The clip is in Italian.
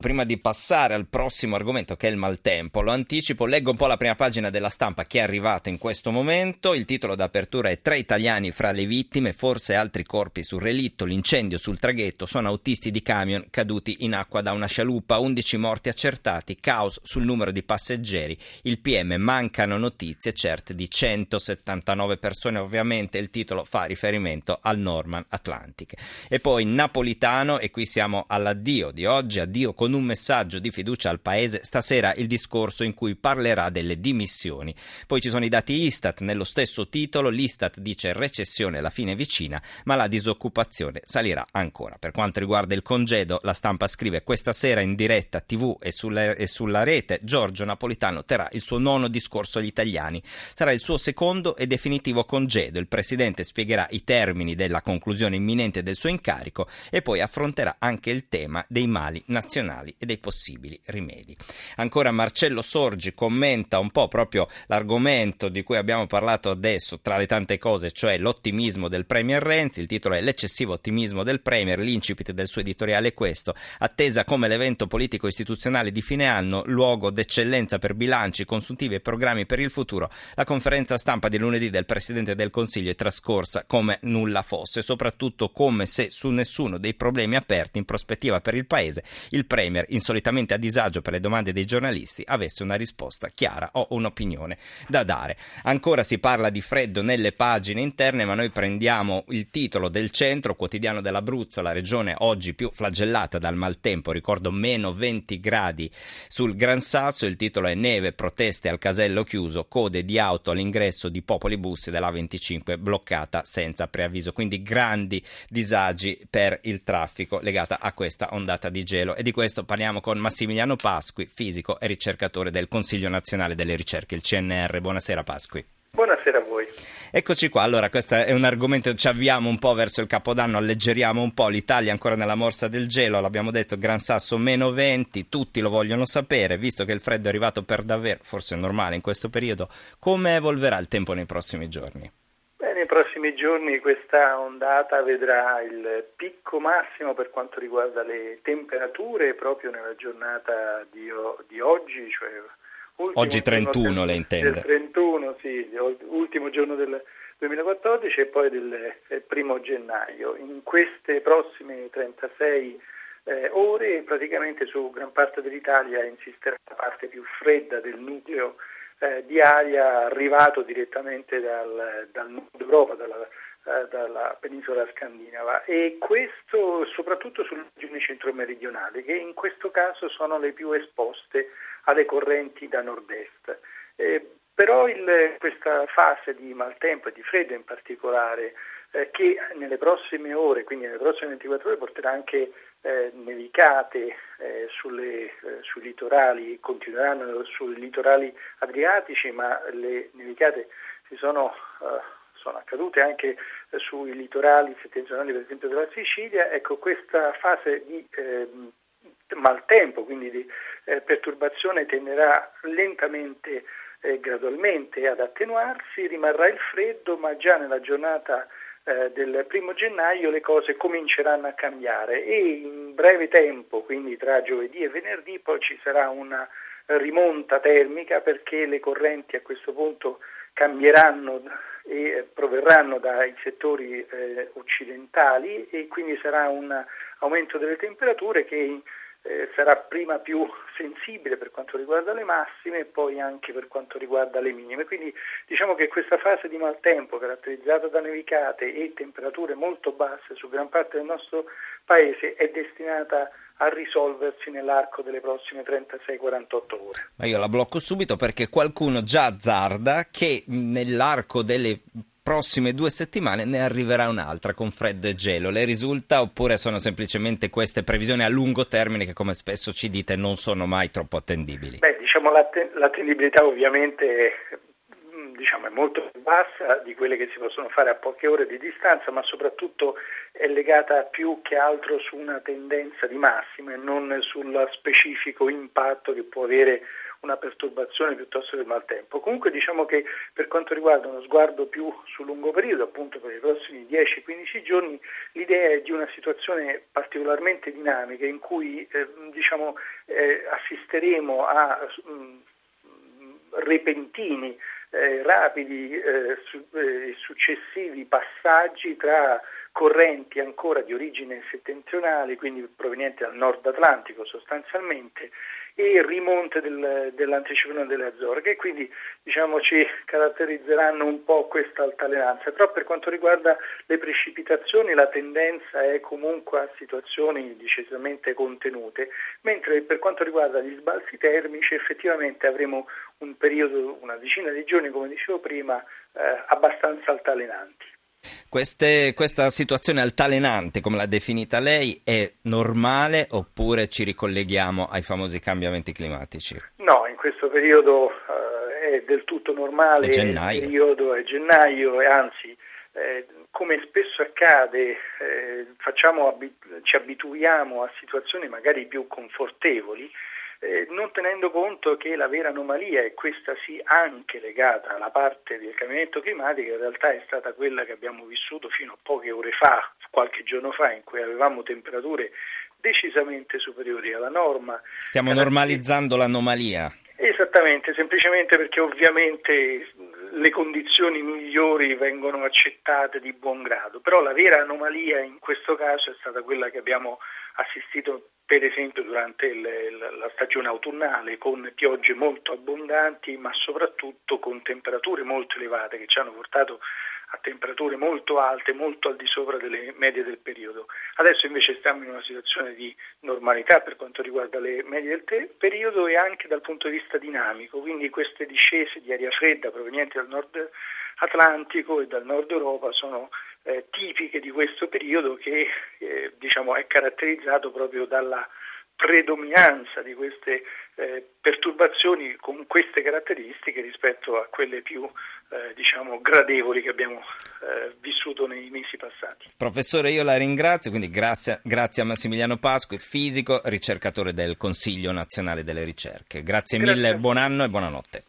Prima di passare al prossimo argomento, che è il maltempo, lo anticipo, leggo un po' la prima pagina della Stampa che è arrivata in questo momento. Il titolo d'apertura è: 3 italiani fra le vittime, forse altri corpi sul relitto, l'incendio sul traghetto, sono autisti di camion caduti in acqua da una scialuppa, 11 morti accertati, caos sul numero di passeggeri, il PM, mancano notizie certe di 179 persone. Ovviamente il titolo fa riferimento al Norman Atlantic. E poi Napolitano, e qui siamo all'addio di oggi, addio con un messaggio di fiducia al paese, stasera il discorso in cui parlerà delle dimissioni. Poi ci sono i dati Istat nello stesso titolo. L'Istat dice recessione alla fine vicina, ma la disoccupazione salirà ancora. Per quanto riguarda il congedo, la Stampa scrive: questa sera in diretta TV e sulla rete Giorgio Napolitano terrà il suo 9° discorso agli italiani. Sarà il suo secondo e definitivo congedo. Il presidente spiegherà i termini della conclusione imminente del suo incarico e poi affronterà anche il tema dei mali nazionali e dei possibili rimedi. Ancora Marcello Sorgi commenta un po' proprio l'argomento di cui abbiamo parlato adesso, tra le tante cose, cioè l'ottimismo del Premier Renzi. Il titolo è l'eccessivo ottimismo del Premier, l'incipit del suo editoriale è questo: attesa come l'evento politico istituzionale di fine anno, luogo d'eccellenza per bilanci, consuntivi e programmi per il futuro, la conferenza stampa di lunedì del Presidente del Consiglio è trascorsa come nulla fosse, soprattutto come se su nessuno dei problemi aperti in prospettiva per il Paese il Premier, insolitamente a disagio per le domande dei giornalisti, avesse una risposta chiara o un'opinione da dare. Ancora si parla di freddo nelle pagine interne, ma noi prendiamo il titolo del Centro, quotidiano dell'Abruzzo, la regione oggi più flagellata dal maltempo, ricordo meno 20 gradi sul Gran Sasso. Il titolo è: neve, proteste al casello chiuso, code di auto all'ingresso di Popoli Bus della A25 bloccata senza preavviso, quindi grandi disagi per il traffico legata a questa ondata di gelo. E di questo parliamo con Massimiliano Pasqui, fisico e ricercatore del Consiglio Nazionale delle Ricerche, il CNR. Buonasera Pasqui. Buonasera a voi. Eccoci qua, allora questo è un argomento, ci avviamo un po' verso il Capodanno, alleggeriamo un po', l'Italia ancora nella morsa del gelo, l'abbiamo detto, Gran Sasso meno 20, tutti lo vogliono sapere, visto che il freddo è arrivato per davvero, forse è normale in questo periodo, come evolverà il tempo nei prossimi giorni? Nei prossimi giorni questa ondata vedrà il picco massimo per quanto riguarda le temperature proprio nella giornata di oggi, cioè oggi 31 lei intende? Del 31, sì, ultimo giorno del 2014 e poi del 1° gennaio. In queste prossime 36 ore praticamente su gran parte dell'Italia insisterà la parte più fredda del nucleo di aria arrivato direttamente dal nord Europa, dalla penisola scandinava, e questo soprattutto sulle regioni centro-meridionali, che in questo caso sono le più esposte alle correnti da nord-est. Però questa fase di maltempo e di freddo in particolare, che nelle prossime ore, quindi nelle prossime 24 ore, porterà anche nevicate sui litorali, continueranno sui litorali adriatici, ma le nevicate sono accadute anche sui litorali settentrionali, per esempio della Sicilia. Ecco, questa fase di maltempo, quindi di perturbazione, tenderà lentamente gradualmente ad attenuarsi, rimarrà il freddo, ma già nella giornata del 1° gennaio le cose cominceranno a cambiare e in breve tempo, quindi tra giovedì e venerdì, poi ci sarà una rimonta termica, perché le correnti a questo punto cambieranno e proverranno dai settori occidentali, e quindi sarà un aumento delle temperature che sarà prima più sensibile per quanto riguarda le massime e poi anche per quanto riguarda le minime. Quindi diciamo che questa fase di maltempo, caratterizzata da nevicate e temperature molto basse su gran parte del nostro paese, è destinata a risolversi nell'arco delle prossime 36-48 ore. Ma io la blocco subito, perché qualcuno già azzarda che nell'arco delle prossime 2 settimane ne arriverà un'altra con freddo e gelo. Le risulta, oppure sono semplicemente queste previsioni a lungo termine che, come spesso ci dite, non sono mai troppo attendibili? Diciamo l'attendibilità ovviamente è molto più bassa di quelle che si possono fare a poche ore di distanza, ma soprattutto è legata più che altro su una tendenza di massima e non sul specifico impatto che può avere una perturbazione piuttosto che il maltempo. Comunque diciamo che per quanto riguarda uno sguardo più sul lungo periodo, appunto per i prossimi 10-15 giorni, l'idea è di una situazione particolarmente dinamica in cui assisteremo a repentini, rapidi e successivi passaggi tra correnti ancora di origine settentrionale, quindi provenienti dal nord Atlantico sostanzialmente, e rimonte dell'anticiclone delle Azzorre, che quindi ci caratterizzeranno un po' questa altalenanza. Però per quanto riguarda le precipitazioni la tendenza è comunque a situazioni decisamente contenute, mentre per quanto riguarda gli sbalzi termici effettivamente avremo un periodo, una decina di giorni, come dicevo prima, abbastanza altalenanti. Questa situazione altalenante, come l'ha definita lei, è normale oppure ci ricolleghiamo ai famosi cambiamenti climatici? No, in questo periodo è del tutto normale, il periodo è gennaio e anzi, come spesso accade, ci abituiamo a situazioni magari più confortevoli, non tenendo conto che la vera anomalia, e questa sì anche legata alla parte del cambiamento climatico, in realtà è stata quella che abbiamo vissuto fino a poche ore fa, qualche giorno fa, in cui avevamo temperature decisamente superiori alla norma. Stiamo normalizzando l'anomalia. Esattamente, semplicemente perché ovviamente le condizioni migliori vengono accettate di buon grado, però la vera anomalia in questo caso è stata quella che abbiamo assistito per esempio durante la stagione autunnale, con piogge molto abbondanti ma soprattutto con temperature molto elevate che ci hanno portato a temperature molto alte, molto al di sopra delle medie del periodo. Adesso invece stiamo in una situazione di normalità per quanto riguarda le medie del periodo e anche dal punto di vista dinamico, quindi queste discese di aria fredda provenienti dal nord Atlantico e dal nord Europa sono tipiche di questo periodo che è caratterizzato proprio dalla predominanza di queste perturbazioni con queste caratteristiche rispetto a quelle più gradevoli che abbiamo vissuto nei mesi passati. Professore, io la ringrazio, quindi grazie a Massimiliano Pasqui, fisico, ricercatore del Consiglio Nazionale delle Ricerche. Grazie mille, buon anno e buonanotte.